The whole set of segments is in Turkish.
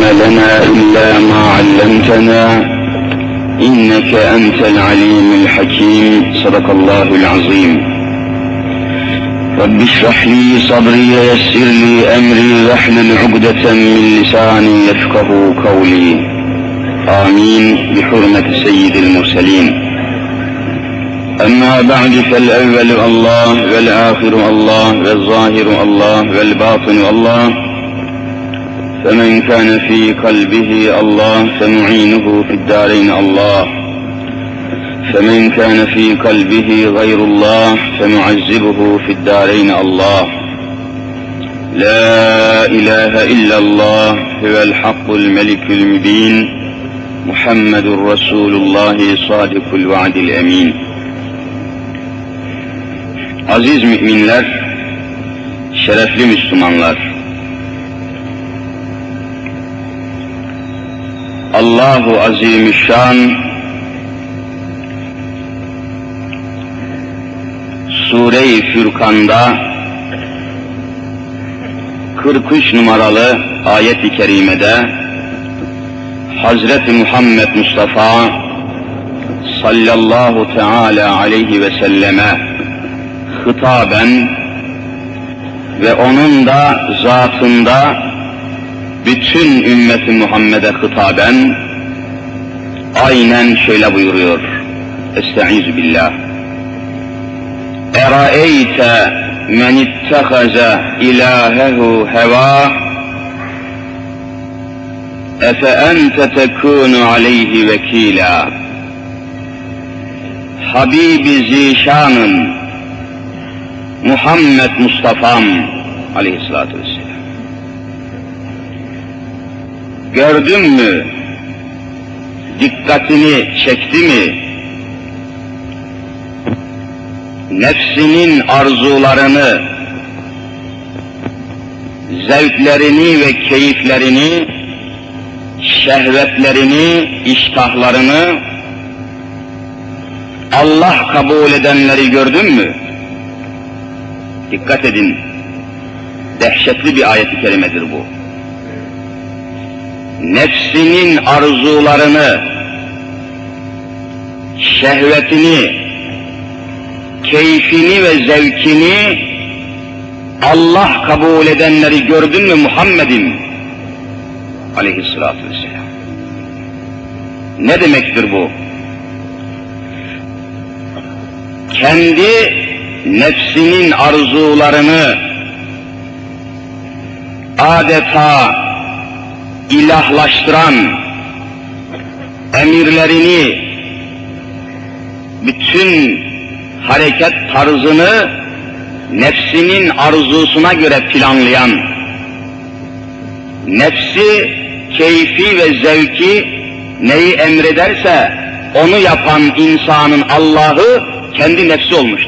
لنا إلا ما علمتنا إنك أنت العليم الحكيم. صدق الله العظيم. رب اشرح لي صدري ويسر لي أمري واحلل عقدة من لساني يفقه قولي. آمين بحرمة سيد المرسلين. أما بعد فالأول الله والآخر الله والظاهر الله والباطن الله، فمن كان في قلبه الله فمعينه في الدارين الله، فمن كان في قلبه غير الله فمعذبه في الدارين الله. لا إله إلا الله هو الحق الملك المبين، محمد رسول الله صادق الوعد الأمين. Aziz müminler, şerefli Müslümanlar, Allahu Azimüşşan Sure-i Fürkan'da 43 numaralı ayet-i kerimede Hazreti Muhammed Mustafa sallallahu teala aleyhi ve selleme hitaben ve onun da zatında bütün ümmeti Muhammed'e hitaben aynen şöyle buyuruyor. Estaizu billah. Eraeyte men ittehaze ilahehu heva efe ente tekunu aleyhi vekila. Habibi zişanın Muhammed Mustafa'm aleyhissalatü vesselam. Gördün mü? Dikkatini çekti mi? Nefsinin arzularını, zevklerini ve keyiflerini, şehvetlerini, iştahlarını Allah kabul edenleri gördün mü? Dikkat edin, dehşetli bir ayet-i kerimedir bu. Nefsinin arzularını, şehvetini, keyfini ve zevkini Allah kabul edenleri gördün mü Muhammed'im? Aleyhissalatü vesselam. Ne demektir bu? Kendi nefsinin arzularını adeta ilahlaştıran, emirlerini, bütün hareket tarzını nefsinin arzusuna göre planlayan, nefsi, keyfi ve zevki neyi emrederse onu yapan insanın Allah'ı kendi nefsi olmuştur.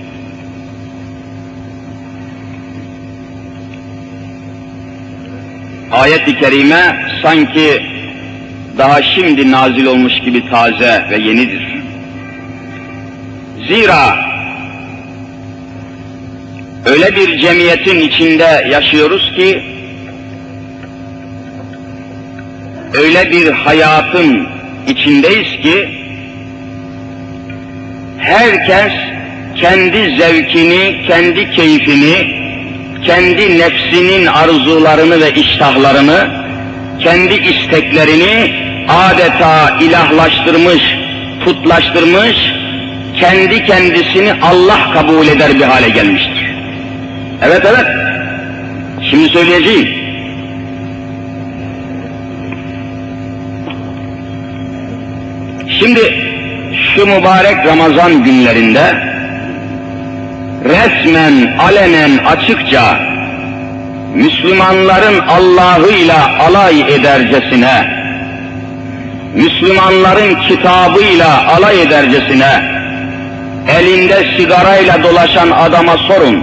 Ayet-i kerime sanki daha şimdi nazil olmuş gibi taze ve yenidir. Zira öyle bir cemiyetin içinde yaşıyoruz ki, öyle bir hayatın içindeyiz ki, herkes kendi zevkini, kendi keyfini, kendi nefsinin arzularını ve iştahlarını, kendi isteklerini adeta ilahlaştırmış, putlaştırmış, kendi kendisini Allah kabul eder bir hale gelmiştir. Evet, şimdi söyleyeceğim. Şimdi şu mübarek Ramazan günlerinde resmen, alenen, açıkça Müslümanların Allah'ıyla alay edercesine, Müslümanların kitabıyla alay edercesine, elinde sigarayla dolaşan adama sorun.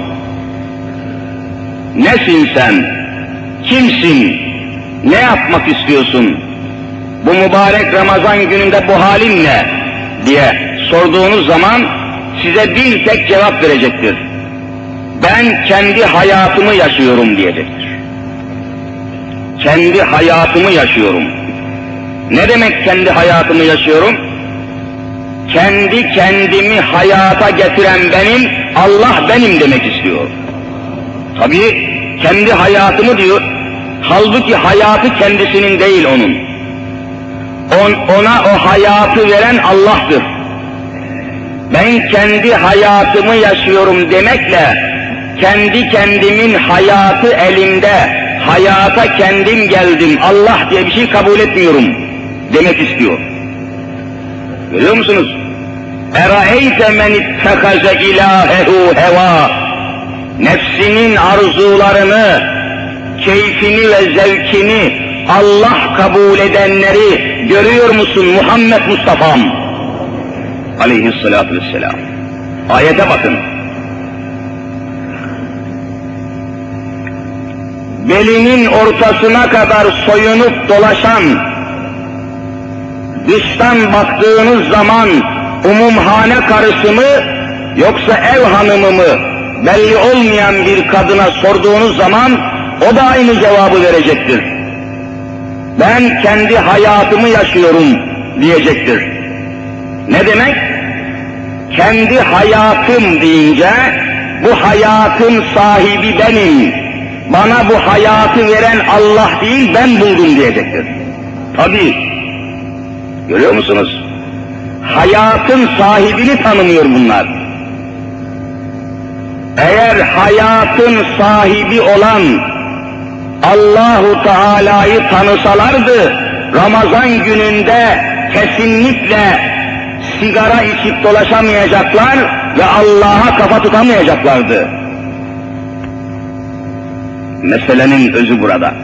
Nesin sen? Kimsin? Ne yapmak istiyorsun? Bu mübarek Ramazan gününde bu halin ne? diye sorduğunuz zaman size bir tek cevap verecektir. Ben kendi hayatımı yaşıyorum diyecektir. kendi hayatımı yaşıyorum. Ne demek kendi hayatımı yaşıyorum? Kendi kendimi hayata getiren benim, Allah benim demek istiyor. Tabii kendi hayatımı diyor, halbuki hayatı kendisinin değil onun. Ona o hayatı veren Allah'tır. Ben kendi hayatımı yaşıyorum demekle, kendi kendimin hayatı elimde, hayata kendim geldim, Allah diye bir şey kabul etmiyorum demek istiyor. Görüyor musunuz? Eraeyte men ittekaze ilahehu heva. Nefsinin arzularını, keyfini ve zevkini Allah kabul edenleri görüyor musun Muhammed Mustafa'm? Aleyhissalatu vesselam. Ayete bakın. Belinin ortasına kadar soyunup dolaşan, dıştan baktığınız zaman umumhane karısı mı yoksa ev hanımı mı belli olmayan bir kadına sorduğunuz zaman o da aynı cevabı verecektir. Ben kendi hayatımı yaşıyorum diyecektir. Ne demek? Kendi hayatım deyince bu hayatın sahibi benim. Bana bu hayatı veren Allah değil, ben buldum diyecektir. Tabii. Görüyor musunuz? Hayatın sahibini tanımıyor bunlar. Eğer hayatın sahibi olan Allahu Teala'yı tanısalardı, Ramazan gününde kesinlikle sigara içip dolaşamayacaklar ve Allah'a kafa tutamayacaklardı. Meselenin özü burada.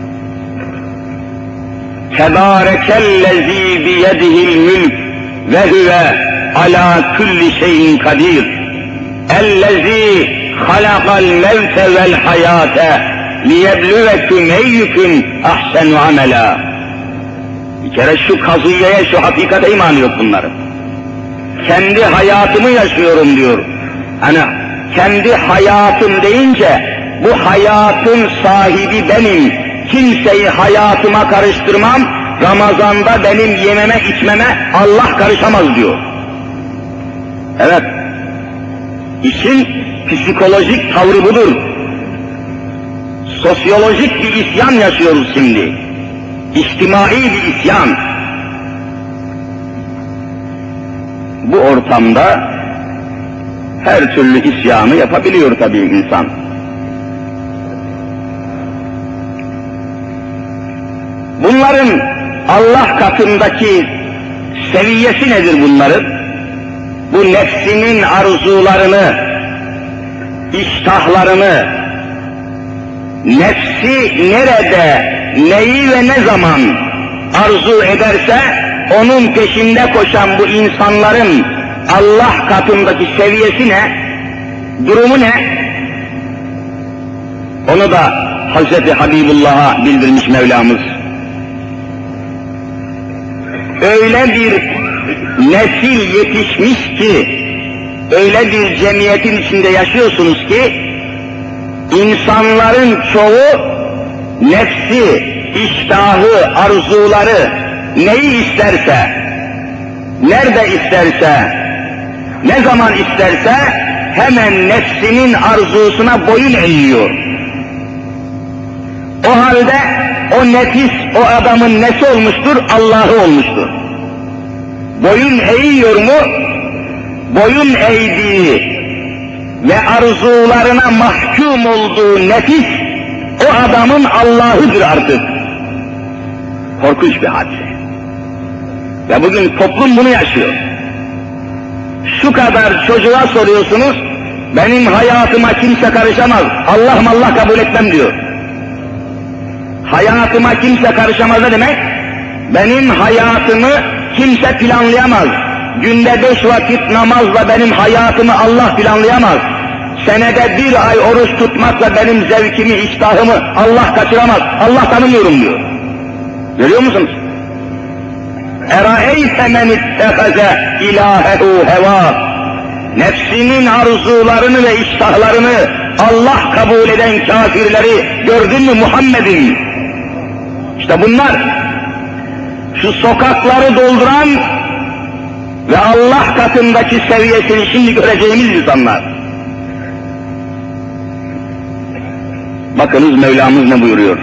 Tebârekellezî biyedihil mülk ve huve alâ kulli şeyin kadir. Ellezî halakal mevte vel hayâte liyebluvekum eyyüküm ahsenu amela. Bir kere şu kazıyeye, şu hakikate imanı yok bunların. Kendi hayatımı yaşıyorum diyor. Hani kendi hayatım deyince bu hayatın sahibi benim. Kimseyi hayatıma karıştırmam. Ramazanda benim yememe içmeme Allah karışamaz diyor. Evet. İşin psikolojik tavrı budur. Sosyolojik bir isyan yaşıyoruz şimdi. İçtimai bir isyan. Bu ortamda her türlü isyanı yapabiliyor tabii insan. Bunların Allah katındaki seviyesi nedir bunların? Bu nefsinin arzularını, iştahlarını, nefsi nerede, neyi ve ne zaman arzu ederse onun peşinde koşan bu insanların Allah katındaki seviyesi ne, durumu ne? Onu da Hazreti Habibullah'a bildirmiş Mevlamız. Öyle bir nesil yetişmiş ki, öyle bir cemiyetin içinde yaşıyorsunuz ki, insanların çoğu nefsi, iştahı, arzuları, neyi isterse, nerede isterse, ne zaman isterse, hemen nefsinin arzusuna boyun eğiyor. O halde o nefis, o adamın nesi olmuştur? Allah'ı olmuştur. Boyun eğiyor mu? Boyun eğdiği ve arzularına mahkum olduğu nefis, o adamın Allah'ıdır artık. Korkunç bir hadise. Ve bugün toplum bunu yaşıyor. Şu kadar çocuğa soruyorsunuz, benim hayatıma kimse karışamaz, Allah kabul etmem diyor. Hayatıma kimse karışamaz ne demek? Benim hayatımı kimse planlayamaz. Günde 5 vakit namazla benim hayatımı Allah planlayamaz. Senede 1 ay oruç tutmakla benim zevkimi, iştahımı Allah kaçıramaz. Allah tanımıyorum diyor. Görüyor musunuz? Eraeyte men ittehaze ilahehu heva. Nefsinin arzularını ve iştahlarını Allah kabul eden kafirleri gördün mü Muhammed'in? İşte bunlar, şu sokakları dolduran ve Allah katındaki seviyesini şimdi göreceğimiz insanlar. Bakınız Mevlamız ne buyuruyor?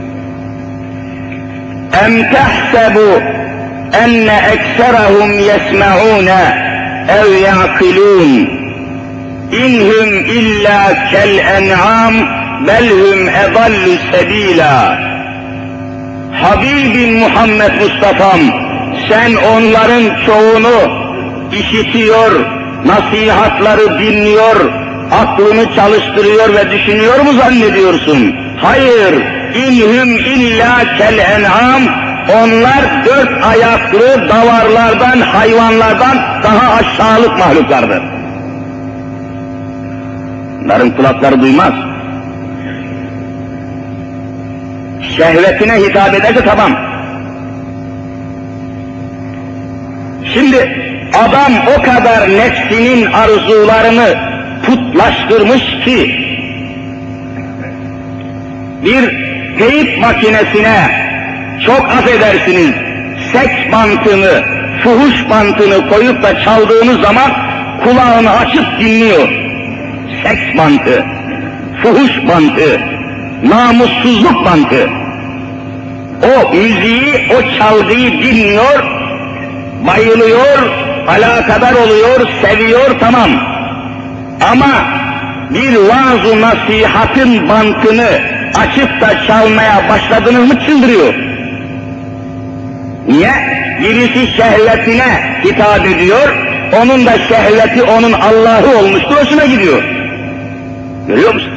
Em tehsebu enne ekserahum yesma'une ev ya'kilun inhum illa kel en'am belhum edallu sebila. Habibim Muhammed Mustafa'm, sen onların çoğunu işitiyor, nasihatları dinliyor, aklını çalıştırıyor ve düşünüyor mu zannediyorsun? Hayır, inhum illa kel en'am, onlar dört ayaklı davarlardan, hayvanlardan daha aşağılık mahluklardır. Onların kulakları duymaz. Şehvetine hitap ederse tamam. Şimdi adam o kadar nefsinin arzularını putlaştırmış ki bir teyip makinesine çok affedersiniz seks bantını, fuhuş bantını koyup da çaldığınız zaman kulağını açıp dinliyor. Seks bantı, fuhuş bantı, namussuzluk bantı. O müziği, o çalgıyı dinliyor, bayılıyor, alakadar oluyor, seviyor, tamam. Ama bir vaaz-ı nasihatın bantını açıp da çalmaya başladınız mı çıldırıyor. Niye? Birisi şehvetine hitap ediyor, onun da şehveti onun Allah'ı olmuştur, hoşuna gidiyor. Görüyor musunuz?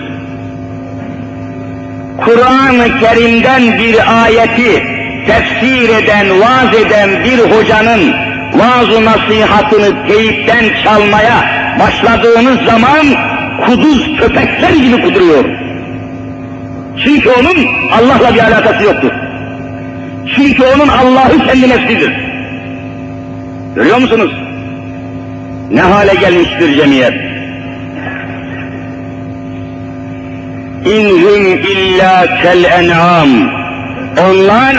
Kur'an-ı Kerim'den bir ayeti tefsir eden, vaaz eden bir hocanın vaaz-ı nasihatını teyipten çalmaya başladığınız zaman kuduz köpekler gibi kuduruyor. Çünkü onun Allah'la bir alakası yoktur. Çünkü onun Allah'ı kendi nefsidir. Görüyor musunuz? Ne hale gelmiştir cemiyet? İnhum illa kel en'am. Onlar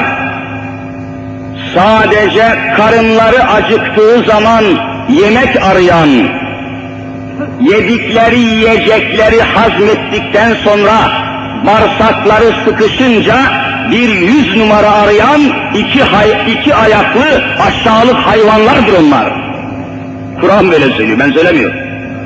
sadece karınları acıktığı zaman yemek arayan, yedikleri yiyecekleri hazmettikten sonra bağırsakları sıkışınca bir 100 numara arayan iki ayaklı aşağılık hayvanlardır onlar. Kur'an böyle söylüyor, ben söylemiyorum.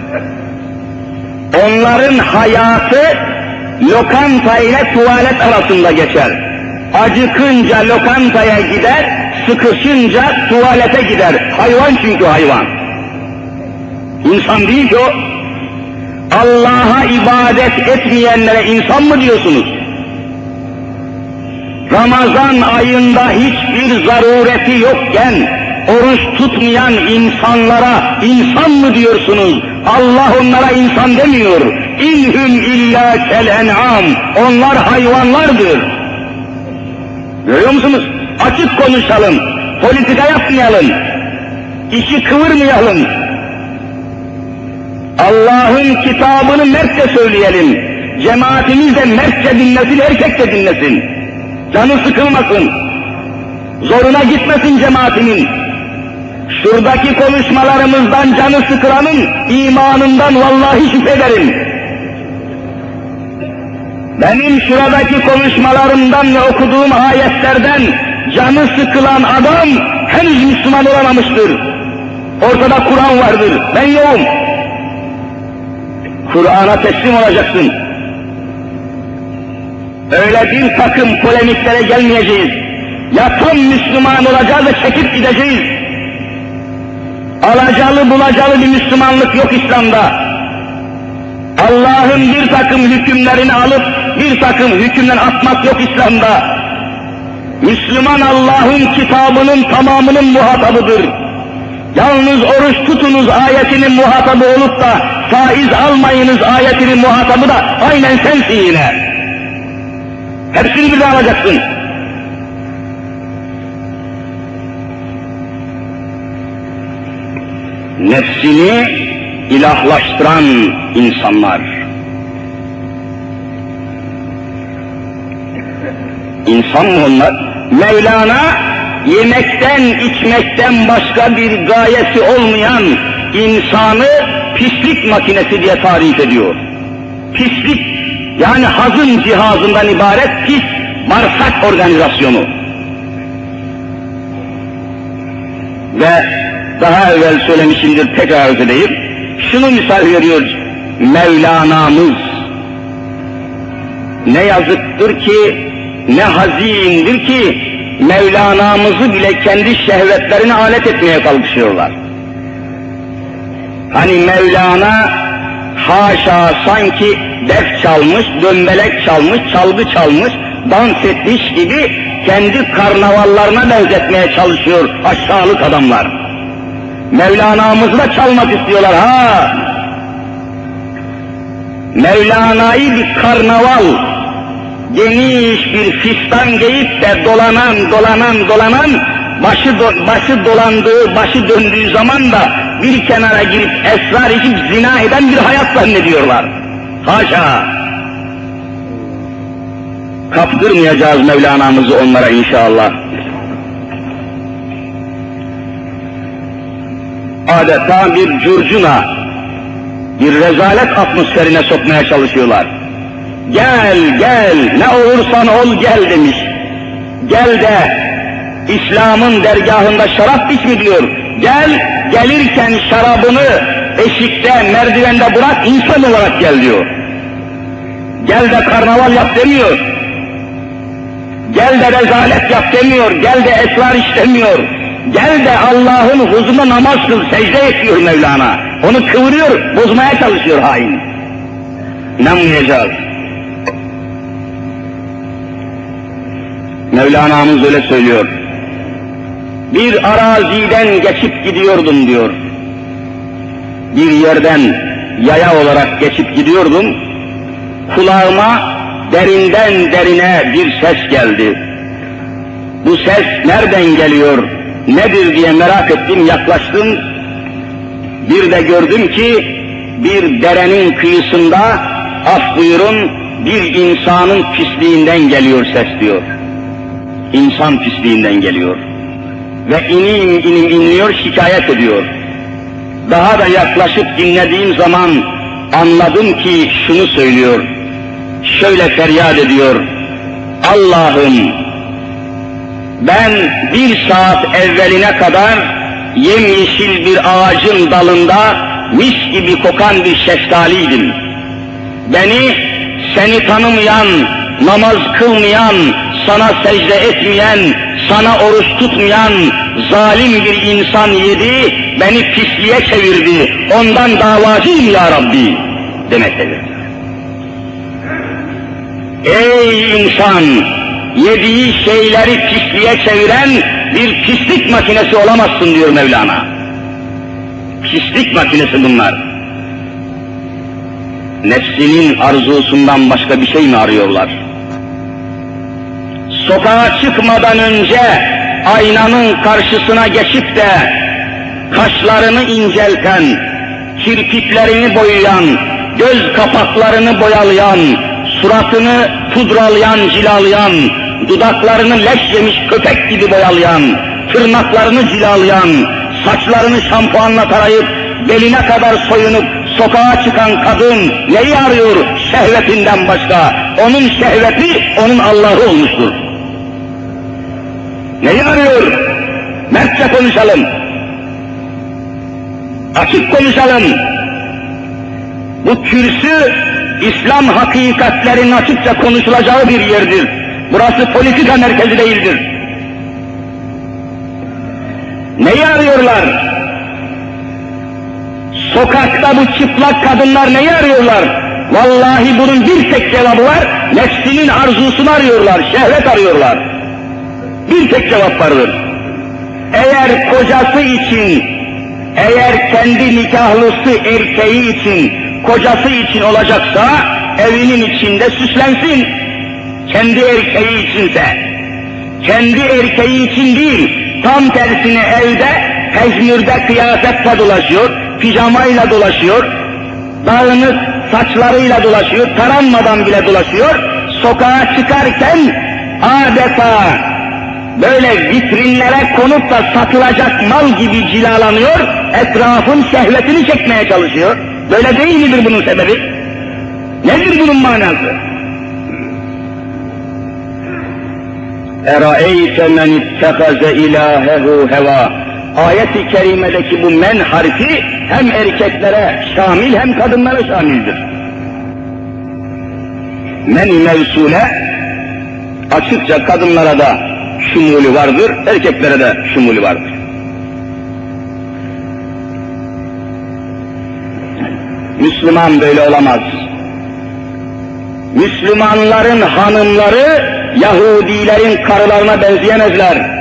Onların hayatı lokanta ile tuvalet arasında geçer. Acıkınca lokantaya gider, sıkışınca tuvalete gider. Hayvan çünkü hayvan. İnsan değil ki o. Allah'a ibadet etmeyenlere insan mı diyorsunuz? Ramazan ayında hiçbir zarureti yokken oruç tutmayan insanlara insan mı diyorsunuz? Allah onlara insan demiyor. İnhum illa kel en'am. Onlar hayvanlardır. Görüyor musunuz? Açık konuşalım. Politika yapmayalım. İşi kıvırmayalım. Allah'ın kitabını mertçe söyleyelim. Cemaatimiz de mertçe dinlesin, erkekçe dinlesin. Canı sıkılmasın. Zoruna gitmesin cemaatimin. Şuradaki konuşmalarımızdan canı sıkılanın imanından vallahi şüphe ederim. Benim şuradaki konuşmalarımdan ve okuduğum ayetlerden canı sıkılan adam henüz Müslüman olamamıştır. Ortada Kur'an vardır, ben yokum. Kur'an'a teslim olacaksın. Öyle bir takım polemiklere gelmeyeceğiz. Ya tam Müslüman olacağız ve çekip gideceğiz. Alacalı bulacalı bir Müslümanlık yok İslam'da. Allah'ın bir takım hükümlerini alıp bir takım hükümden atmak yok İslam'da. Müslüman Allah'ın kitabının tamamının muhatabıdır. Yalnız oruç tutunuz ayetinin muhatabı olup da faiz almayınız ayetinin muhatabı da aynen sensin yine. Hepsini bir de alacaksın. Nefsini ilahlaştıran insanlar. İnsan mı onlar? Mevlana yemekten içmekten başka bir gayesi olmayan insanı pislik makinesi diye tarif ediyor. Pislik yani hazım cihazından ibaret pis bağırsak organizasyonu. Ve daha evvel söylemişimdir, tekrar arz edeyim. Şunu misal veriyor Mevlana'mız. Ne yazıktır ki, ne hazindir ki Mevlana'mızı bile kendi şehvetlerine alet etmeye kalkışıyorlar. Hani Mevlana haşa sanki def çalmış, dömbelek çalmış, çalgı çalmış, dans etmiş gibi kendi karnavallarına benzetmeye çalışıyor aşağılık adamlar. Mevlana'mızı da çalmak istiyorlar ha. Mevlana'yı bir karnaval, geniş bir fistan giyip de dolanan, başı dolandığı, başı döndüğü zaman da bir kenara girip esrar içip zina eden bir hayat zannediyorlar. Haşa! Kaptırmayacağız Mevlana'mızı onlara inşallah. Adeta bir curcuna, bir rezalet atmosferine sokmaya çalışıyorlar. Gel, ne olursan ol gel demiş. Gel de İslam'ın dergahında şarap iç mi diyor. Gel, gelirken şarabını eşikte, merdivende bırak, insan olarak gel diyor. Gel de karnaval yap demiyor. Gel de rezalet yap demiyor. Gel de esrar iç demiyor. Gel de Allah'ın huzuruna namaz kıl, secde ediyor Mevlana. Onu kıvırıyor, bozmaya çalışıyor hain. İnanmayacağız. Mevlana'mız öyle söylüyor. Bir araziden geçip gidiyordum diyor. Bir yerden yaya olarak geçip gidiyordum. Kulağıma derinden derine bir ses geldi. Bu ses nereden geliyor, nedir diye merak ettim, yaklaştım. Bir de gördüm ki bir derenin kıyısında, af buyurun, bir insanın pisliğinden geliyor ses diyor. İnsan pisliğinden geliyor. Ve inim inliyor, şikayet ediyor. Daha da yaklaşıp dinlediğim zaman anladım ki şunu söylüyor. Şöyle feryat ediyor. Allah'ım, ben bir saat evveline kadar yemyeşil bir ağacın dalında mis gibi kokan bir şeftaliydim. Beni seni tanımayan, namaz kılmayan, sana secde etmeyen, sana oruç tutmayan zalim bir insan yedi, beni pisliğe çevirdi. Ondan davacıyım ya Rabbi demektedir. Ey insan! Yediği şeyleri pisliğe çeviren bir pislik makinesi olamazsın diyor Mevlana. Pislik makinesi bunlar. Nefsinin arzusundan başka bir şey mi arıyorlar? Sokağa çıkmadan önce aynanın karşısına geçip de kaşlarını incelten, kirpiklerini boyayan, göz kapaklarını boyalayan, suratını pudralayan, cilalayan, dudaklarını leş yemiş köpek gibi boyalayan, tırnaklarını cilalayan, saçlarını şampuanla tarayıp beline kadar soyunup sokağa çıkan kadın neyi arıyor şehvetinden başka? Onun şehveti onun Allah'ı olmuştur. Neyi arıyor? Mertçe konuşalım. Açık konuşalım. Bu kürsü İslam hakikatlerinin açıkça konuşulacağı bir yerdir. Burası politika merkezi değildir. Neyi arıyorlar? Sokakta bu çıplak kadınlar neyi arıyorlar? Vallahi bunun bir tek cevabı var. Nefsinin arzusunu arıyorlar, şehvet arıyorlar. Bir tek cevap vardır. Eğer kocası için, eğer kendi nikahlısı erkeği için, kocası için olacaksa evinin içinde süslensin. Kendi erkeği içinse, kendi erkeği için değil, tam tersine evde pejmürde kıyafetle dolaşıyor, pijamayla dolaşıyor, dağınık saçlarıyla dolaşıyor, taranmadan bile dolaşıyor, sokağa çıkarken adeta böyle vitrinlere konup da satılacak mal gibi cilalanıyor, etrafın şehvetini çekmeye çalışıyor. Böyle değil midir bunun sebebi? Nedir bunun manası? اَرَأَيْتَ مَنِ اتَّخَذَ اِلَٰهَهُ هَوَى Ayet-i kerimedeki bu men harfi hem erkeklere şamil hem kadınlara şamildir. Men mevsule açıkça kadınlara da şumulü vardır, erkeklere de şumulü vardır. Müslüman böyle olamaz. Müslümanların hanımları Yahudilerin karılarına benzeyemezler.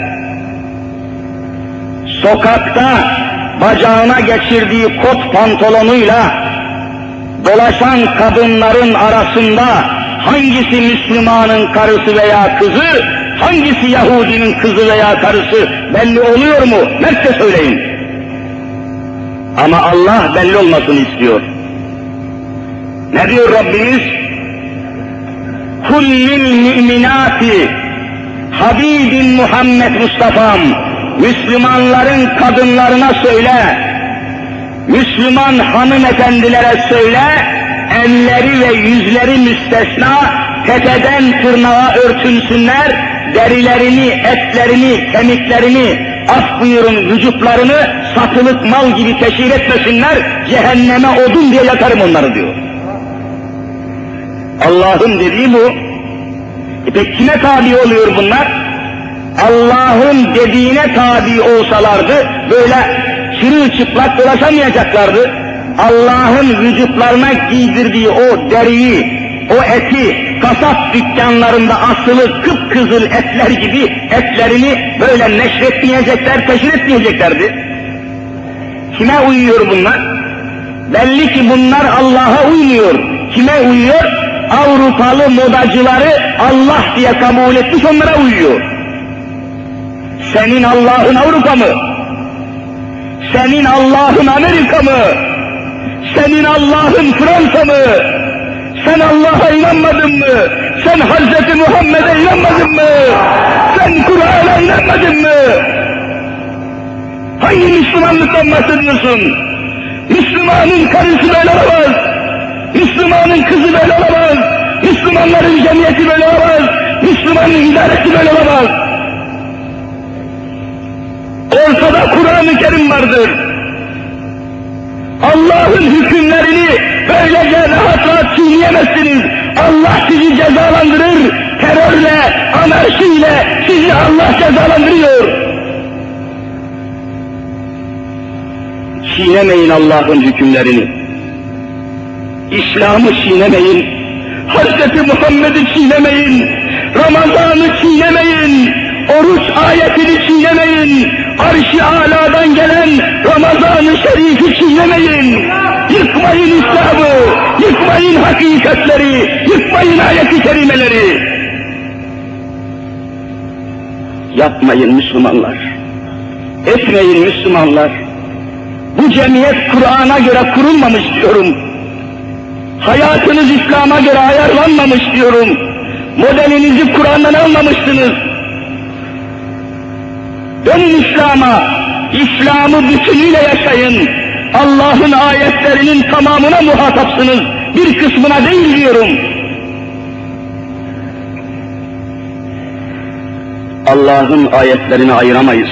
Sokakta bacağına geçirdiği kot pantolonuyla dolaşan kadınların arasında hangisi Müslümanın karısı veya kızı, hangisi Yahudinin kızı veya karısı belli oluyor mu? Mertçe söyleyin. Ama Allah belli olmasını istiyor. Ne diyor Rabbimiz? Kullil müminati Habibim Muhammed Mustafa'm, Müslümanların kadınlarına söyle, Müslüman hanımefendilere söyle, elleri ve yüzleri müstesna, tepeden tırnağa örtünsünler, derilerini, etlerini, kemiklerini, af buyurun vücutlarını satılık mal gibi teşhir etmesinler, cehenneme odun diye yakarım onları diyor. Allah'ın dediği bu. Peki kime tabi oluyor bunlar? Allah'ın dediğine tabi olsalardı böyle çırılçıplak dolaşamayacaklardı. Allah'ın vücutlarına giydirdiği o deriyi, o eti kasap dükkanlarında asılı kıpkızıl etler gibi etlerini böyle neşretmeyecekler, teşhir etmeyeceklerdi. Kime uyuyor bunlar? Belli ki bunlar Allah'a uymuyor. Kime uyuyor? Avrupalı modacıları Allah diye kabul etmiş, onlara uyuyor. Senin Allah'ın Avrupa mı? Senin Allah'ın Amerika mı? Senin Allah'ın Fransa mı? Sen Allah'a inanmadın mı? Sen Hazreti Muhammed'e inanmadın mı? Sen Kur'an'a inanmadın mı? Hangi Müslümanlıktan bahsediyorsun? Müslümanın karısı böyle olamaz. Müslümanın kızı böyle olamaz. Müslümanların cemiyeti böyle olamaz. Müslümanın idaresi böyle olamaz. Ortada Kur'an-ı Kerim vardır. Allah'ın hükümlerini böylece rahat rahat çiğneyemezsiniz. Allah sizi cezalandırır. Terörle, anarşiyle sizi Allah cezalandırıyor. Çiğnemeyin Allah'ın hükümlerini. İslam'ı çiğnemeyin. Hazreti Muhammed'i çiğnemeyin. Ramazan'ı çiğnemeyin. Oruç ayetini çiğnemeyin. Arş-ı Alâ'dan gelen Ramazan-ı Şerif'i çiğnemeyin. Yıkmayın İslam'ı, yıkmayın hakikatleri, yıkmayın ayet-i kerimeleri. Yapmayın Müslümanlar. Etmeyin Müslümanlar. Bu cemiyet Kur'an'a göre kurulmamış diyorum. Hayatınız İslam'a göre ayarlanmamış diyorum. Modelinizi Kur'an'dan almamışsınız. Dönün İslam'a, İslam'ı bütünüyle yaşayın. Allah'ın ayetlerinin tamamına muhatapsınız. Bir kısmına değil diyorum. Allah'ın ayetlerini ayıramayız.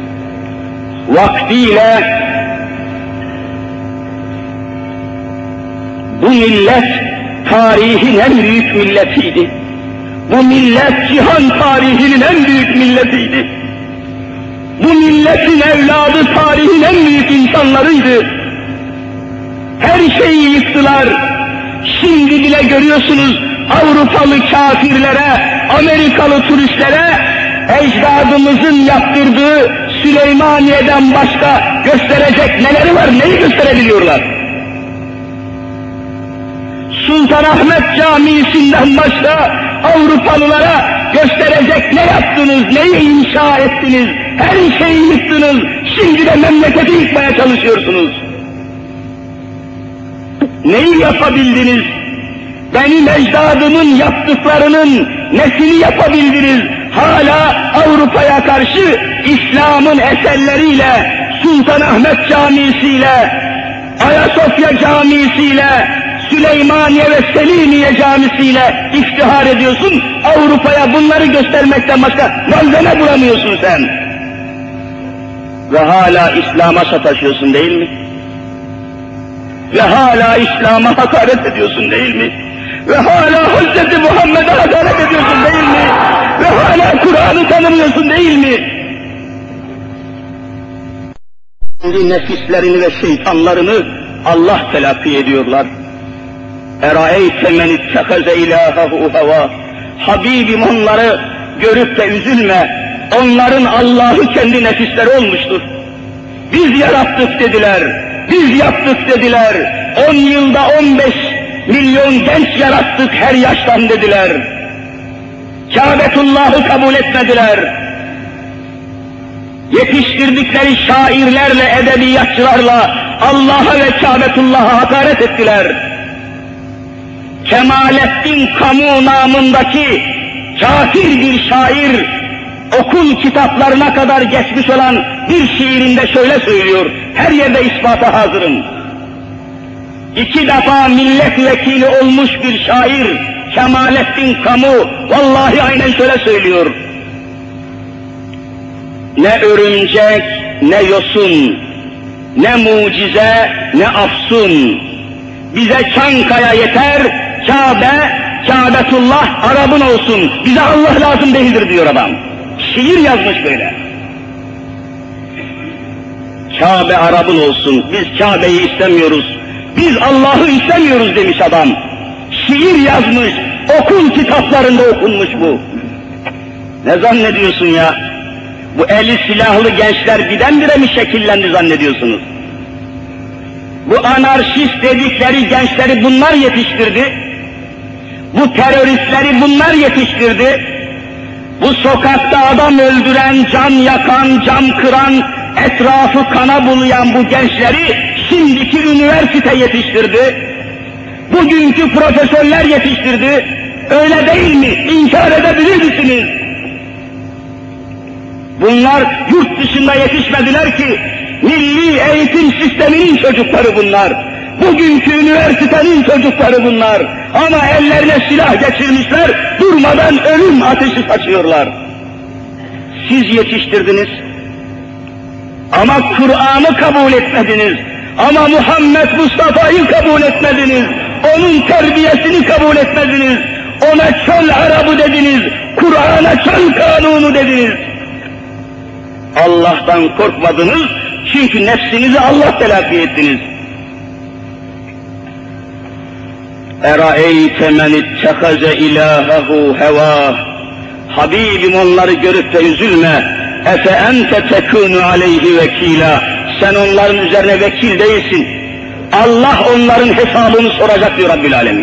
Vaktiyle bu millet tarihin en büyük milletiydi. Bu millet cihan tarihinin en büyük milletiydi. Bu milletin evladı tarihin en büyük insanlarıydı. Her şeyi yıktılar. Şimdi bile görüyorsunuz Avrupalı kafirlere, Amerikalı turistlere ecdadımızın yaptırdığı Süleymaniye'den başka gösterecek neleri var, neyi gösterebiliyorlar? Sultanahmet Camii'sinden başka Avrupalılara gösterecek ne yaptınız, neyi inşa ettiniz, her şeyi yıktınız, şimdi de memleketi yıkmaya çalışıyorsunuz. Neyi yapabildiniz? Benim ecdadımın yaptıklarının nesini yapabildiniz? Hala Avrupa Avrupa'ya karşı İslam'ın eserleriyle, Sultanahmet Camisi'yle, Ayasofya Camisi'yle, Süleymaniye ve Selimiye Camisi'yle iftihar ediyorsun. Avrupa'ya bunları göstermekten başka malzeme bulamıyorsun sen. Ve hala İslam'a sataşıyorsun değil mi? Ve hala İslam'a hakaret ediyorsun değil mi? Ve hala Hz. Muhammed'e hakaret ediyorsun değil mi? Ve hala Kur'an'ı tanımıyorsun değil mi? Kendi nefislerini ve şeytanlarını Allah telakki ediyorlar. Eraeyte men ittehaze ilahehu heva. Habibim onları görüp de üzülme. Onların Allah'ı kendi nefisleri olmuştur. Biz yarattık dediler. Biz yaptık dediler. 10 yılda 15 milyon genç yarattık her yaştan dediler. Kâbetullah'ı kabul etmediler. Yetiştirdikleri şairlerle, edebiyatçılarla Allah'a ve Kâbetullah'a hakaret ettiler. Kemalettin Kamu namındaki kafir bir şair, okul kitaplarına kadar geçmiş olan bir şiirinde şöyle söylüyor, her yerde ispata hazırım. 2 defa milletvekili olmuş bir şair, Kemalettin Kamu, vallahi aynen şöyle söylüyor. Ne örümcek, ne yosun, ne mucize, ne afsun. Bize Çankaya yeter, Kabe, Kâbetullah Arap'ın olsun. Bize Allah lazım değildir diyor adam. Şiir yazmış böyle. Kabe Arap'ın olsun, biz Kabe'yi istemiyoruz. Biz Allah'ı istemiyoruz demiş adam. Şiir yazmış, okul kitaplarında okunmuş bu. Ne zannediyorsun ya? Bu eli silahlı gençler birdenbire mi şekillendi zannediyorsunuz? Bu anarşist dedikleri gençleri bunlar yetiştirdi. Bu teröristleri bunlar yetiştirdi. Bu sokakta adam öldüren, can yakan, cam kıran, etrafı kana bulayan bu gençleri şimdiki üniversite yetiştirdi. Bugünkü profesörler yetiştirdi. Öyle değil mi? İnkar edebilir misiniz? Bunlar yurt dışında yetişmediler ki, milli eğitim sisteminin çocukları bunlar. Bugünkü üniversitenin çocukları bunlar. Ama ellerine silah geçirmişler, durmadan ölüm ateşi saçıyorlar. Siz yetiştirdiniz. Ama Kur'an'ı kabul etmediniz. Ama Muhammed Mustafa'yı kabul etmediniz. Onun terbiyesini kabul etmediniz. Ona çöl Arabı dediniz. Kur'an'a çöl kanunu dediniz. Allah'tan korkmadınız, çünkü nefsinizi Allah telakki ettiniz. Eraeyte men ittehaze ilahehu heva. Habibim onları görüp de üzülme. Efe ente tekunu aleyhi vekila. Sen onların üzerine vekil değilsin. Allah onların hesabını soracak diyor Rabbil Alemin.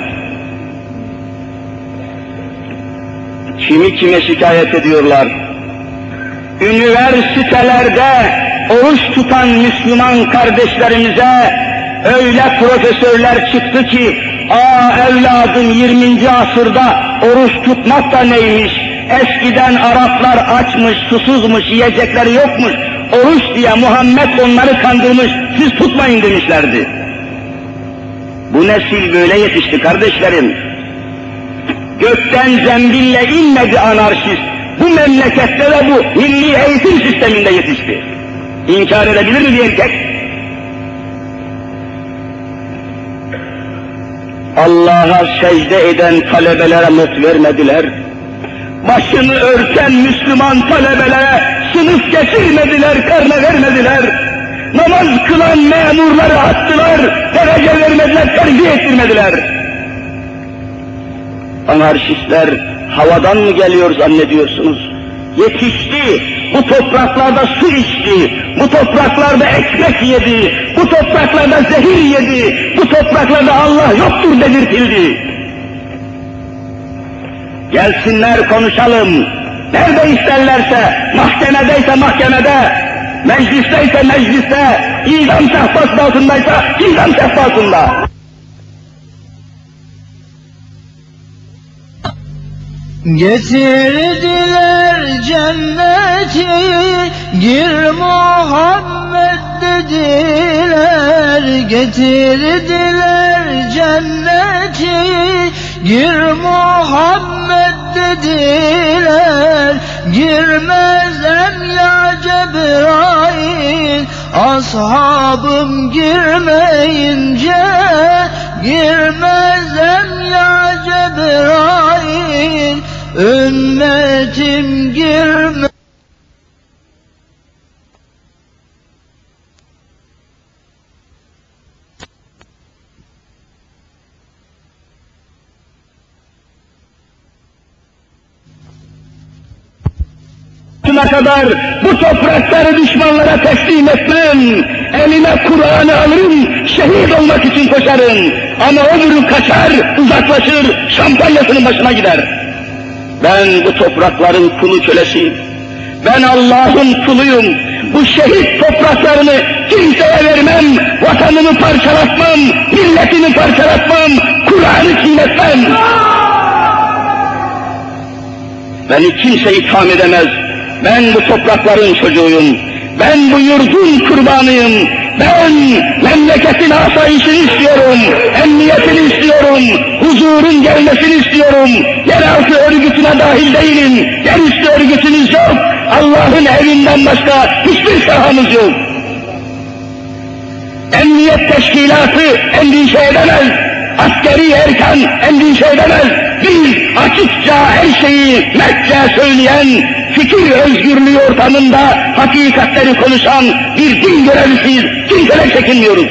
Kimi kime şikayet ediyorlar? Üniversitelerde oruç tutan Müslüman kardeşlerimize öyle profesörler çıktı ki, evladım 20. asırda oruç tutmak da neymiş? Eskiden Araplar açmış, susuzmuş, yiyecekleri yokmuş. Oruç diye Muhammed onları kandırmış, siz tutmayın demişlerdi. Bu nesil böyle yetişti kardeşlerim. Gökten zembille inmedi anarşist. Bu memlekette ve bu milli eğitim sisteminde yetişti. İnkar edebilir mi bir erkek? Allah'a secde eden talebelere not vermediler. Başını örten Müslüman talebelere sınıf geçirmediler, karne vermediler. Namaz kılan memurları attılar, derece vermediler, terbiye ettirmediler. Anarşistler havadan mı geliyor zannediyorsunuz? Yetişti, bu topraklarda su içti, bu topraklarda ekmek yedi, bu topraklarda zehir yedi, bu topraklarda Allah yoktur dedirtildi. Gelsinler konuşalım, nerede isterlerse, mahkemedeyse mahkemede, meclisteyse mecliste, idam sehpası altındaysa idam sehpasında. Getirdiler cenneti, gir Muhammed dediler. Getirdiler cenneti, gir Muhammed dediler. Girmezem ya Cebrail, ashabım girmeyince. Girmezem ya Cebrail, ümmetim girme. kadar bu toprakları düşmanlara teslim etmem. Elime Kur'an'ı alırım, şehit olmak için koşarım. Ama öbürü kaçar, uzaklaşır, şampanyasının başına gider. Ben bu toprakların kulu kölesiyim. Ben Allah'ın kuluyum. Bu şehit topraklarını kimseye vermem. Vatanımı parçalatmam, milletimi parçalatmam, Kur'an'ı çiğnetmem. Beni kimse itham edemez. Ben bu toprakların çocuğuyum. Ben bu yurdun kurbanıyım. Ben memleketin asayişini istiyorum, emniyetini istiyorum, huzurun gelmesini istiyorum. Yeraltı örgütüne dahil değilim, yerüstü örgütümüz yok. Allah'ın evinden başka hiçbir sahamız yok. Emniyet teşkilatı endişe edemez, askeri erkan endişe edemez. Biz açıkça her şeyi mertçe söyleyen, fikir özgürlüğü ortamında hakikatleri konuşan bir din görevlisiyiz. Kimseden çekinmiyoruz.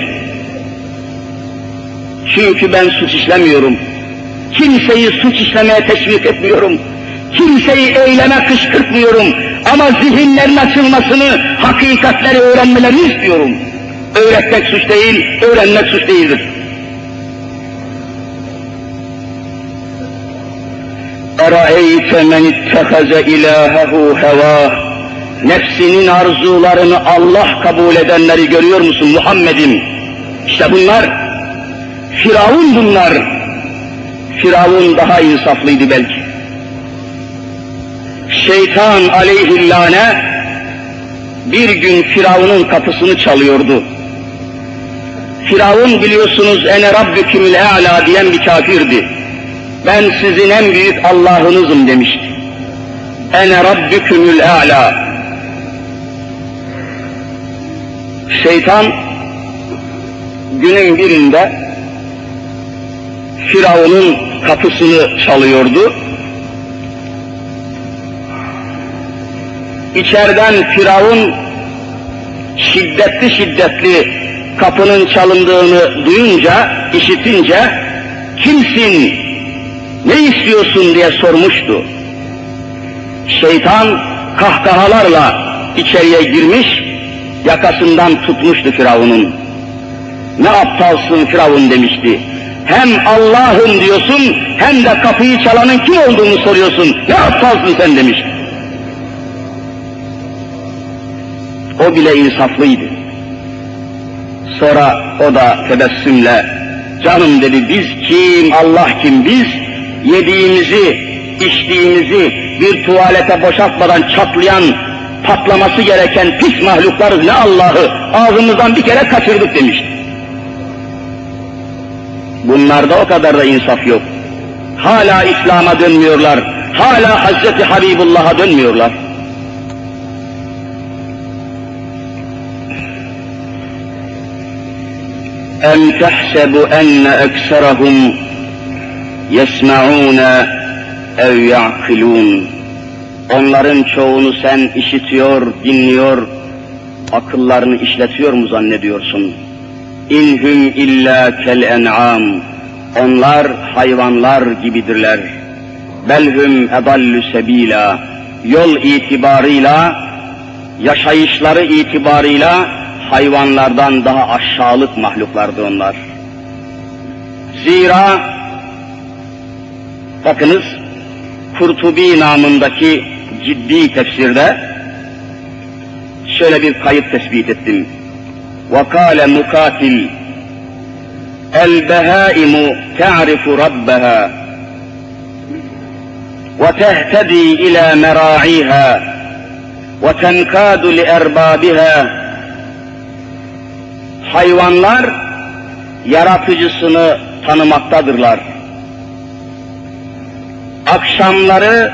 Çünkü ben suç işlemiyorum. Kimseyi suç işlemeye teşvik etmiyorum. Kimseyi eyleme kışkırtmıyorum. Ama zihinlerin açılmasını, hakikatleri öğrenmelerini istiyorum. Öğretmek suç değil, öğrenmek suç değildir. اَرَأَيْتَ مَنِ اتَّخَذَ اِلَٰهَهُ هَوَاهُ Nefsinin arzularını Allah kabul edenleri görüyor musun Muhammed'im? İşte bunlar, Firavun bunlar. Firavun daha insaflıydı belki. Şeytan aleyhillâne bir gün Firavun'un kapısını çalıyordu. Firavun biliyorsunuz ene rabbükümül e'lâ diyen bir kafirdi. Ben sizin en büyük Allah'ınızım demişti. Ene rabbükümül e'lâ. Şeytan günün birinde Firavun'un kapısını çalıyordu. İçeriden Firavun şiddetli kapının çalındığını duyunca, işitince, kimsin, ne istiyorsun diye sormuştu. Şeytan kahkahalarla içeriye girmiş, yakasından tutmuştu Firavun'un. Ne aptalsın Firavun demişti. Hem Allah'ım diyorsun, hem de kapıyı çalanın kim olduğunu soruyorsun. Ne aptalsın sen demişti. O bile insaflıydı. Sonra o da tebessümle, canım dedi, biz kim, Allah kim, biz yediğimizi, içtiğimizi bir tuvalete boşaltmadan çatlayan, patlaması gereken pis mahluklarız, ne Allah'ı ağzımızdan bir kere kaçırdık demişti. Bunlarda o kadar da insaf yok. Hala İslam'a dönmüyorlar, hala Hazreti Habibullah'a dönmüyorlar. اَمْ تَحْسَبُ اَنَّ اَكْسَرَهُمْ يَسْمَعُونَ اَوْ يَعْقِلُونَ Onların çoğunu sen işitiyor, dinliyor, akıllarını işletiyor mu zannediyorsun? İnhum illa kel en'am. Onlar hayvanlar gibidirler. Belhum edallu sebila. Yol itibarıyla, yaşayışları itibarıyla hayvanlardan daha aşağılık mahluklardı onlar. Zira bakınız Kurtubi namındaki ciddi tefsirde şöyle bir kayıt tespit ettim. وَقَالَ مُقَاتِلْ الْبَهَائِمُ تَعْرِفُ رَبَّهَا وَتَهْتَدِي إِلَى مَرَاعِيهَا وَتَنْكَادُ لِأَرْبَابِهَا. Hayvanlar yaratıcısını tanımaktadırlar. Akşamları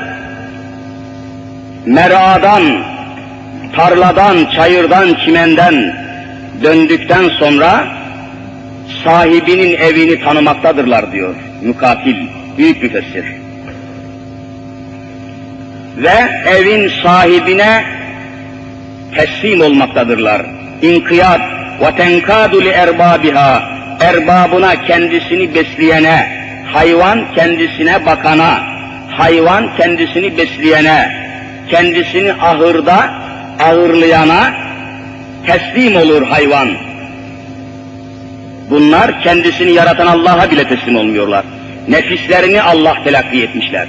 meradan, tarladan, çayırdan, çimenden döndükten sonra sahibinin evini tanımaktadırlar diyor Mukatil, büyük müfessir. Ve evin sahibine teslim olmaktadırlar. İnkiyat ve tenkadu li erbabiha, erbabına, kendisini besleyene, hayvan kendisine bakana, hayvan kendisini besleyene, kendisini ahırda ağırlayana teslim olur hayvan. Bunlar kendisini yaratan Allah'a bile teslim olmuyorlar. Nefislerini Allah telakki etmişler.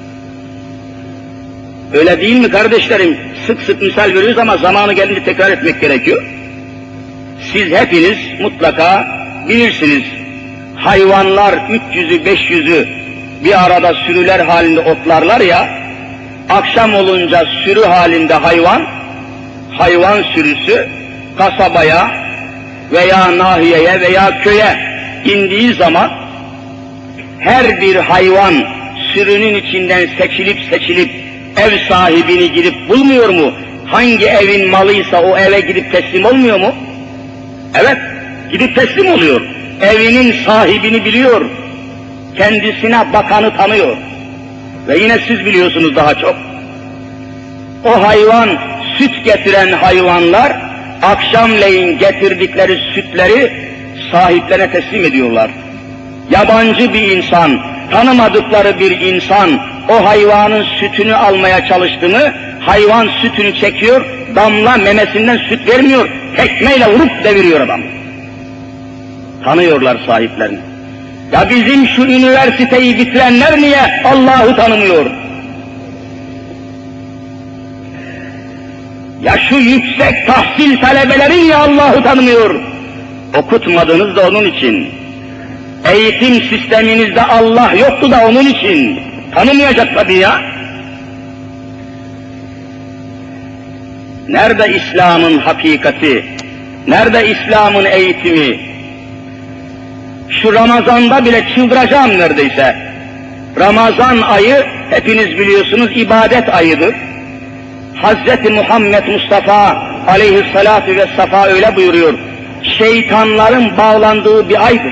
Öyle değil mi kardeşlerim? Sık sık misal veriyoruz ama zamanı gelince tekrar etmek gerekiyor. Siz hepiniz mutlaka bilirsiniz. Hayvanlar 300'ü 500'ü bir arada sürüler halinde otlarlar ya, akşam olunca sürü halinde hayvan sürüsü kasabaya veya nahiyeye veya köye indiği zaman her bir hayvan sürünün içinden seçilip ev sahibini gidip bulmuyor mu? Hangi evin malıysa o eve gidip teslim olmuyor mu? Evet, gidip teslim oluyor. Evinin sahibini biliyor, kendisine bakanı tanıyor. Ve yine siz biliyorsunuz daha çok. O hayvan, süt getiren hayvanlar, akşamleyin getirdikleri sütleri sahiplerine teslim ediyorlar. Yabancı bir insan, tanımadıkları bir insan, o hayvanın sütünü almaya çalıştığını, hayvan sütünü çekiyor, damla memesinden süt vermiyor, tekmeyle vurup deviriyor adam. Tanıyorlar sahiplerini. Ya bizim şu üniversiteyi bitirenler niye Allah'ı tanımıyor? Ya şu yüksek tahsil talebeleri niye Allah'ı tanımıyor? Okutmadınız da onun için. Eğitim sisteminizde Allah yoktu da onun için. Tanımayacak tabii ya. Nerede İslam'ın hakikati? Nerede İslam'ın eğitimi? Şu Ramazan'da bile çıldıracağım neredeyse. Ramazan ayı hepiniz biliyorsunuz ibadet ayıdır. Hazreti Muhammed Mustafa aleyhissalatu vesselam öyle buyuruyor. Şeytanların bağlandığı bir aydır.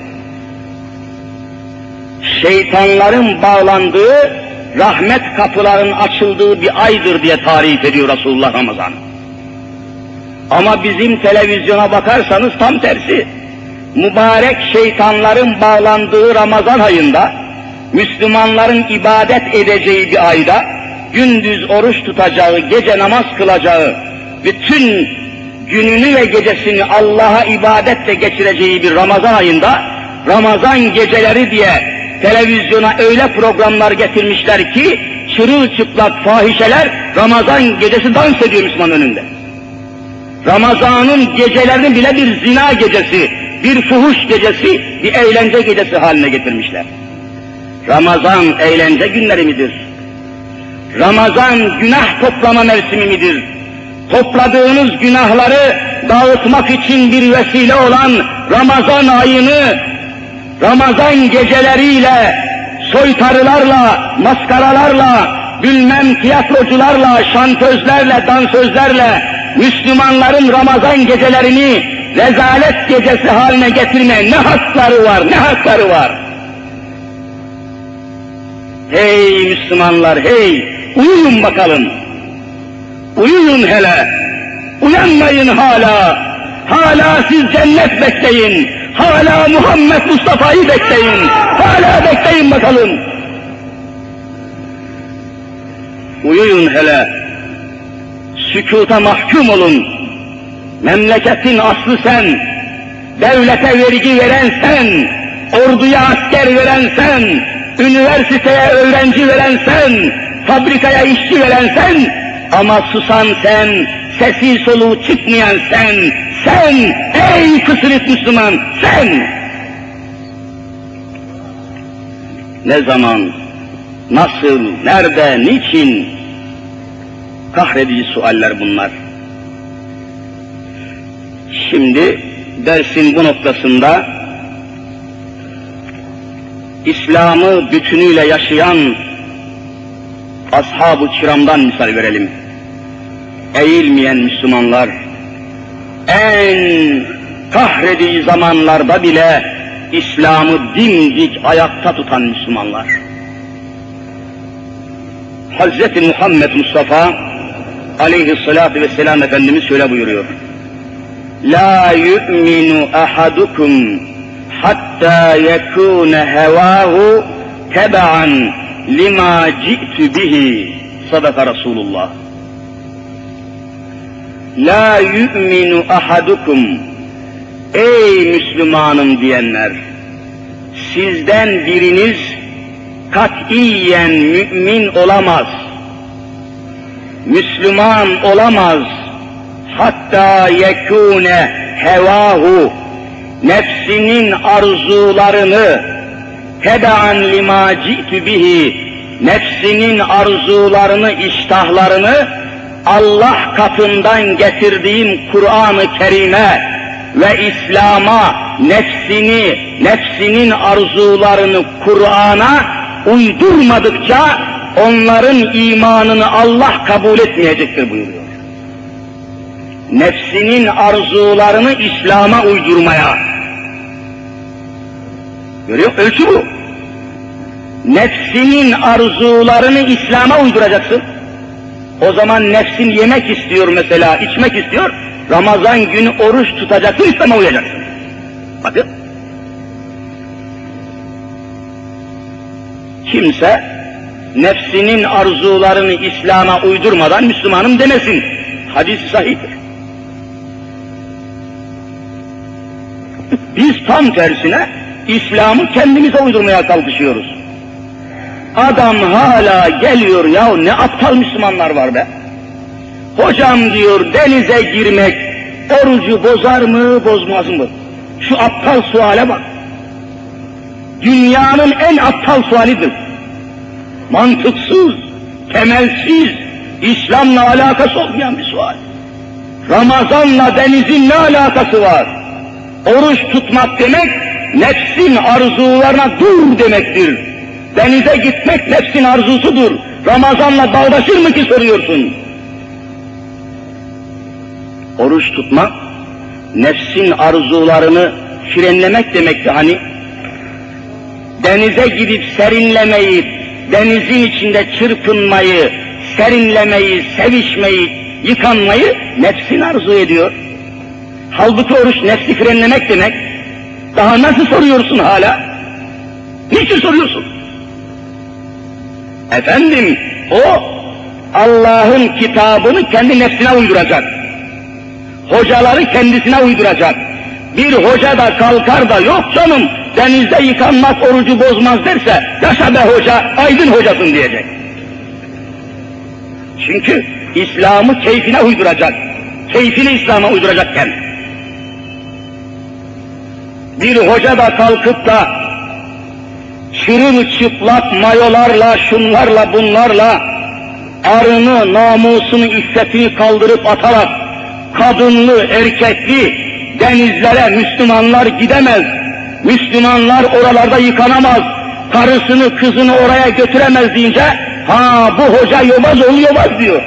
Şeytanların bağlandığı, rahmet kapılarının açıldığı bir aydır diye tarif ediyor Resulullah Ramazan. Ama bizim televizyona bakarsanız tam tersi. Mübarek şeytanların bağlandığı Ramazan ayında, Müslümanların ibadet edeceği bir ayda, gündüz oruç tutacağı, gece namaz kılacağı, bütün gününü ve gecesini Allah'a ibadetle geçireceği bir Ramazan ayında, Ramazan geceleri diye televizyona öyle programlar getirmişler ki, çırılçıplak fahişeler Ramazan gecesi dans ediyor Müslüman önünde. Ramazan'ın gecelerini bile bir zina gecesi, bir fuhuş gecesi, bir eğlence gecesi haline getirmişler. Ramazan eğlence günleri midir? Ramazan günah toplama mevsimi midir? Topladığınız günahları dağıtmak için bir vesile olan Ramazan ayını, Ramazan geceleriyle, soytarılarla, maskaralarla, bilmem tiyatrocularla, şantözlerle, dansözlerle, Müslümanların Ramazan gecelerini rezalet gecesi haline getirme ne hakları var, ne hakları var? Hey Müslümanlar, hey! Uyuyun bakalım! Uyuyun hele! Uyanmayın hala! Hala siz cennet bekleyin! Hala Muhammed Mustafa'yı bekleyin! Hala bekleyin bakalım! Uyuyun hele! Sükuta mahkum olun! Memleketin aslı sen! Devlete vergi veren sen! Orduya asker veren sen! Üniversiteye öğrenci veren sen! Fabrikaya işçi veren sen! Ama susan sen! Sesi soluğu çıkmayan sen! Sen! Ey kısırık Müslüman! Sen! Ne zaman Nasıl, nerede, niçin? Kahredici sualler bunlar. Şimdi dersin bu noktasında İslam'ı bütünüyle yaşayan ashab-ı kiramdan misal verelim. Eğilmeyen Müslümanlar, en kahredici zamanlarda bile İslam'ı dimdik ayakta tutan Müslümanlar. Hazreti Muhammed Mustafa aleyhissalatu vesselam Efendimiz şöyle buyuruyor. La yu'minu ahadukum hatta yekune hevahu teba'an lima ci'tu bihi. Sadaka Resulullah. La yu'minu ahadukum, ey Müslümanım diyenler, sizden biriniz katiyen mümin olamaz, Müslüman olamaz, hatta yekûne hevahu, nefsinin arzularını, teba'an lima ci'tu bihi, nefsinin arzularını, iştahlarını, Allah katından getirdiğim Kur'an-ı Kerim'e ve İslam'a nefsinin arzularını Kur'an'a uydurmadıkça onların imanını Allah kabul etmeyecektir buyuruyor. Nefsinin arzularını İslam'a uydurmaya. Görüyor musun? Ölçü bu. Nefsinin arzularını İslam'a uyduracaksın. O zaman nefsin yemek istiyor mesela, içmek istiyor. Ramazan günü oruç tutacaksın, İslam'a uyacaksın. Bakın. Kimse nefsinin arzularını İslam'a uydurmadan Müslümanım demesin. Hadis-i sahihtir. Biz tam tersine İslam'ı kendimize uydurmaya kalkışıyoruz. Adam hala geliyor, ya ne aptal Müslümanlar var be. Hocam diyor, denize girmek orucu bozar mı, bozmaz mı? Şu aptal suale bak. Dünyanın en aptal sualidir. Mantıksız, temelsiz, İslam'la alakası olmayan bir sual. Ramazan'la denizin ne alakası var? Oruç tutmak demek, nefsin arzularına dur demektir. Denize gitmek nefsin arzusudur. Ramazan'la bağdaşır mı ki soruyorsun? Oruç tutmak, nefsin arzularını frenlemek demekti hani. Denize gidip serinlemeyi, denizin içinde çırpınmayı, serinlemeyi, sevişmeyi, yıkanmayı nefsin arzu ediyor. Halbuki oruç nefsi frenlemek demek. Daha nasıl soruyorsun hala? Niçin soruyorsun? Efendim, o Allah'ın kitabını kendi nefsine uyduracak. Hocaları kendisine uyduracak. Bir hoca da kalkar da yok canım denizde yıkanmak orucu bozmaz derse, yaşa be hoca, aydın hocasın diyecek. Çünkü İslam'ı keyfine uyduracak. Keyfini İslam'a uyduracakken. Bir hoca da kalkıp da çırılçıplak mayolarla, şunlarla, bunlarla arını, namusunu, iffetini kaldırıp atarak kadınlı, erkekli denizlere Müslümanlar gidemez. Müslümanlar oralarda yıkanamaz. Karısını, kızını oraya götüremez deyince, ha bu hoca yobaz ol yobaz diyor.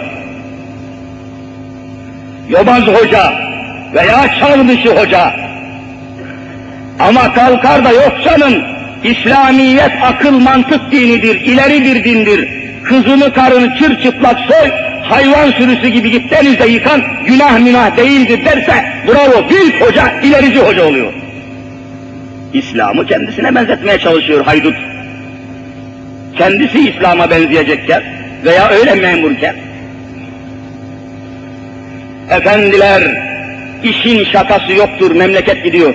Yobaz hoca veya çağ dışı hoca. Ama kalkar da yok canım, İslamiyet akıl mantık dinidir, ileri bir dindir. Kızını karını çırçıplak soy, hayvan sürüsü gibi git denizde yıkan, günah münah değildir derse, bravo, büyük hoca, ilerici hoca oluyor. İslam'ı kendisine benzetmeye çalışıyor haydut. Kendisi İslam'a benzeyecekken veya öyle memurken. Efendiler, işin şakası yoktur, memleket gidiyor.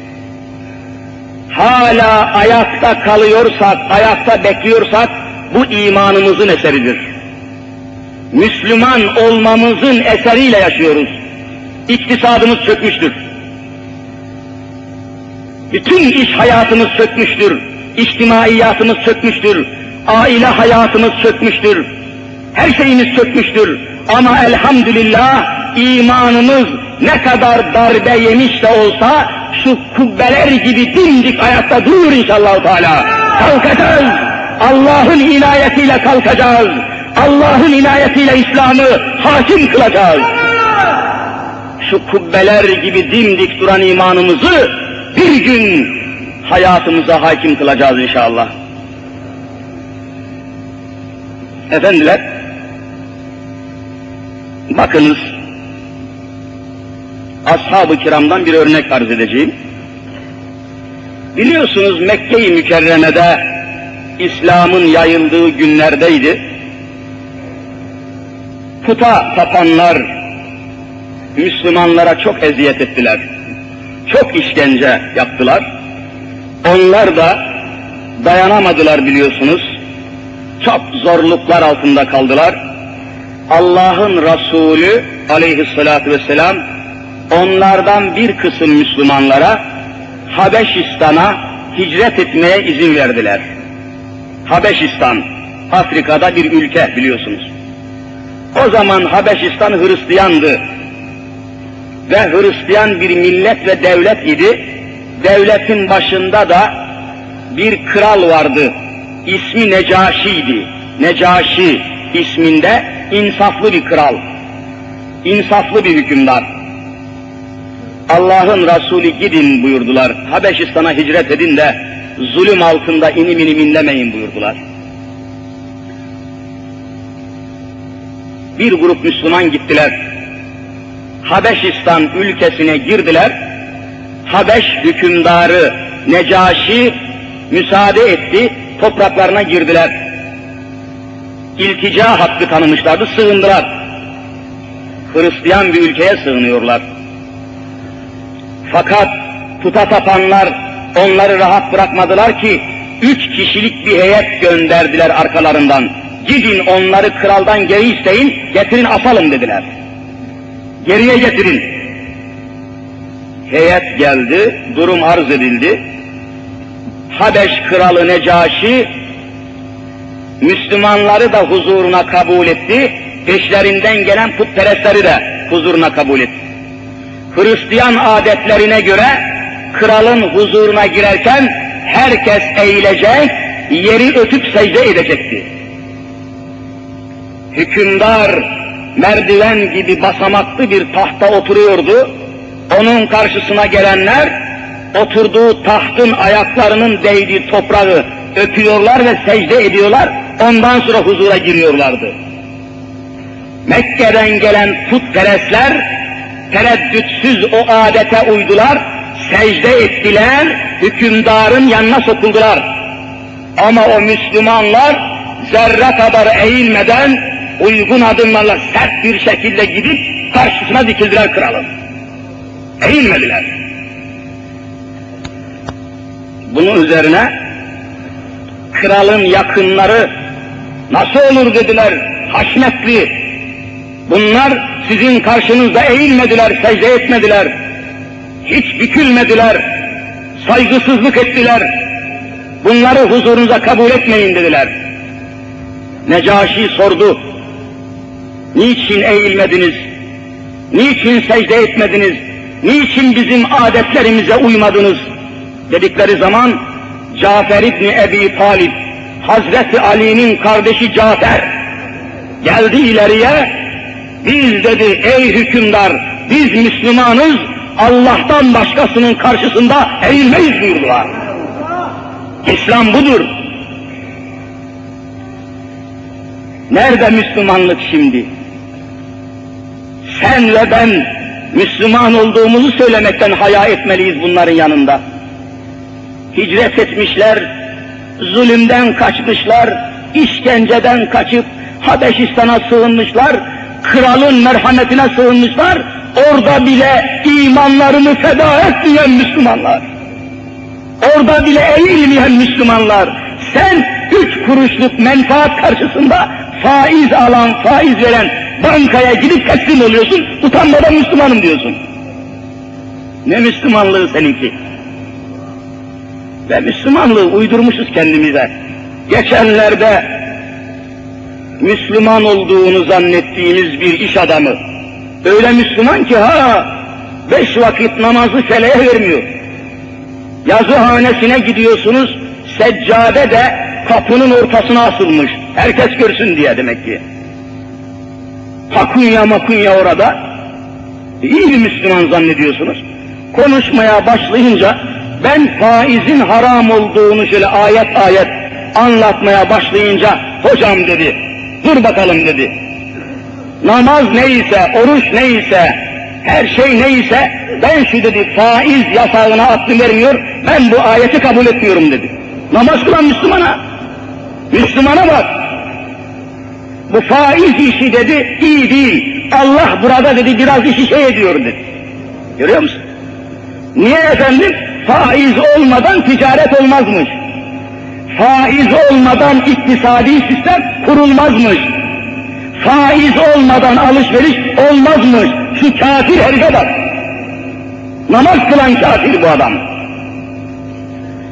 Hala ayakta kalıyorsak, ayakta bekliyorsak, bu imanımızın eseridir. Müslüman olmamızın eseriyle yaşıyoruz. İktisadımız çökmüştür. Bütün iş hayatımız çökmüştür. İçtimaiyatımız çökmüştür. aile hayatımız çökmüştür, her şeyimiz çökmüştür. Ama elhamdülillah imanımız ne kadar darbe yemiş de olsa şu kubbeler gibi dimdik ayakta durur inşallah Teala. Kalkacağız, Allah'ın inayetiyle kalkacağız. Allah'ın inayetiyle İslam'ı hakim kılacağız. Şu kubbeler gibi dimdik duran imanımızı bir gün hayatımıza hakim kılacağız inşallah. Efendiler, bakınız, ashab-ı kiramdan bir örnek arz edeceğim. Biliyorsunuz Mekke-i Mükerreme'de İslam'ın yayıldığı günlerdeydi. Puta tapanlar Müslümanlara çok eziyet ettiler. Çok işkence yaptılar. Onlar da dayanamadılar biliyorsunuz. Çok zorluklar altında kaldılar. Allah'ın Resulü aleyhissalatu vesselam onlardan bir kısım Müslümanlara Habeşistan'a hicret etmeye izin verdiler. Habeşistan, Afrika'da bir ülke biliyorsunuz. O zaman Habeşistan Hristiyandı ve Hristiyan bir millet ve devlet idi. Devletin başında da bir kral vardı. İsmi Necaşi'ydi. Necaşi isminde insaflı bir kral, insaflı bir hükümdar. Allah'ın Resulü gidin buyurdular. Habeşistan'a hicret edin de zulüm altında inim inim inlemeyin buyurdular. Bir grup Müslüman gittiler. Habeşistan ülkesine girdiler. Habeş hükümdarı Necaşi müsaade etti, topraklarına girdiler. İltica hakkı tanımışlardı, sığındılar. Hristiyan bir ülkeye sığınıyorlar. Fakat puta tapanlar onları rahat bırakmadılar ki 3 kişilik bir heyet gönderdiler arkalarından. Gidin onları kraldan geri isteyin, getirin asalım dediler. Geriye getirin. Heyet geldi, durum arz edildi. Habeş kralı Necaşi Müslümanları da huzuruna kabul etti, peşlerinden gelen putperestleri de huzuruna kabul etti. Hristiyan adetlerine göre kralın huzuruna girerken herkes eğilecek, yeri öpüp secde edecekti. Hükümdar merdiven gibi basamaklı bir tahta oturuyordu. Onun karşısına gelenler oturduğu tahtın ayaklarının değdiği toprağı öpüyorlar ve secde ediyorlar. Ondan sonra huzura giriyorlardı. Mekke'den gelen putperestler tereddütsüz o adete uydular, secde ettiler, hükümdarın yanına sokuldular. Ama o Müslümanlar zerre kadar eğilmeden uygun adımlarla sert bir şekilde gidip karşısına dikildiler kralın. Eğilmediler. Bunun üzerine kralın yakınları nasıl olur dediler, haşmetli. Bunlar sizin karşınızda eğilmediler, secde etmediler. Hiç bükülmediler, saygısızlık ettiler. Bunları huzurunuza kabul etmeyin dediler. Necaşi sordu. Niçin eğilmediniz? Niçin secde etmediniz? Niçin bizim adetlerimize uymadınız? Dedikleri zaman Cafer İbni Ebi Talib, Hazreti Ali'nin kardeşi Cafer geldi ileriye. Biz dedi ey hükümdar, biz Müslümanız, Allah'tan başkasının karşısında eğilmeyiz buyurdular. İslam budur. Nerede Müslümanlık şimdi? Sen ve ben Müslüman olduğumuzu söylemekten haya etmeliyiz bunların yanında. Hicret etmişler, zulümden kaçmışlar, işkenceden kaçıp Habeşistan'a sığınmışlar, kralın merhametine sığınmışlar, orada bile imanlarını feda etmeyen Müslümanlar, orada bile eğilmeyen Müslümanlar, sen 3 kuruşluk menfaat karşısında faiz alan, faiz veren bankaya gidip teslim oluyorsun, utanmadan Müslümanım diyorsun. Ne Müslümanlığı seninki? Ve Müslümanlığı uydurmuşuz kendimize. Geçenlerde Müslüman olduğunu zannettiğimiz bir iş adamı, öyle Müslüman ki 5 vakit namazı feleğe vermiyor. Yazıhanesine gidiyorsunuz, seccade de kapının ortasına asılmış. Herkes görsün diye demek ki. Takunya makunya orada. İyi bir Müslüman zannediyorsunuz. Konuşmaya başlayınca ben faizin haram olduğunu şöyle ayet ayet anlatmaya başlayınca hocam dedi, dur bakalım dedi. Namaz neyse, oruç neyse, her şey neyse ben şu dedi faiz yasağına aklım vermiyor, ben bu ayeti kabul etmiyorum dedi. Namaz kılan Müslümana bak. Bu faiz işi dedi iyi değil. Allah burada dedi biraz işi ediyor dedi. Görüyor musun? Niye efendim? Faiz olmadan ticaret olmazmış. Faiz olmadan iktisadi sistem kurulmazmış. Faiz olmadan alışveriş olmazmış. Şu kafir herife bak. Namaz kılan kafir bu adam.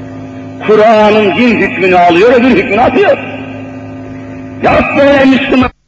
Kur'an'ın din hükmünü alıyor, öbür hükmünü atıyor. Yok böyle Müslüman.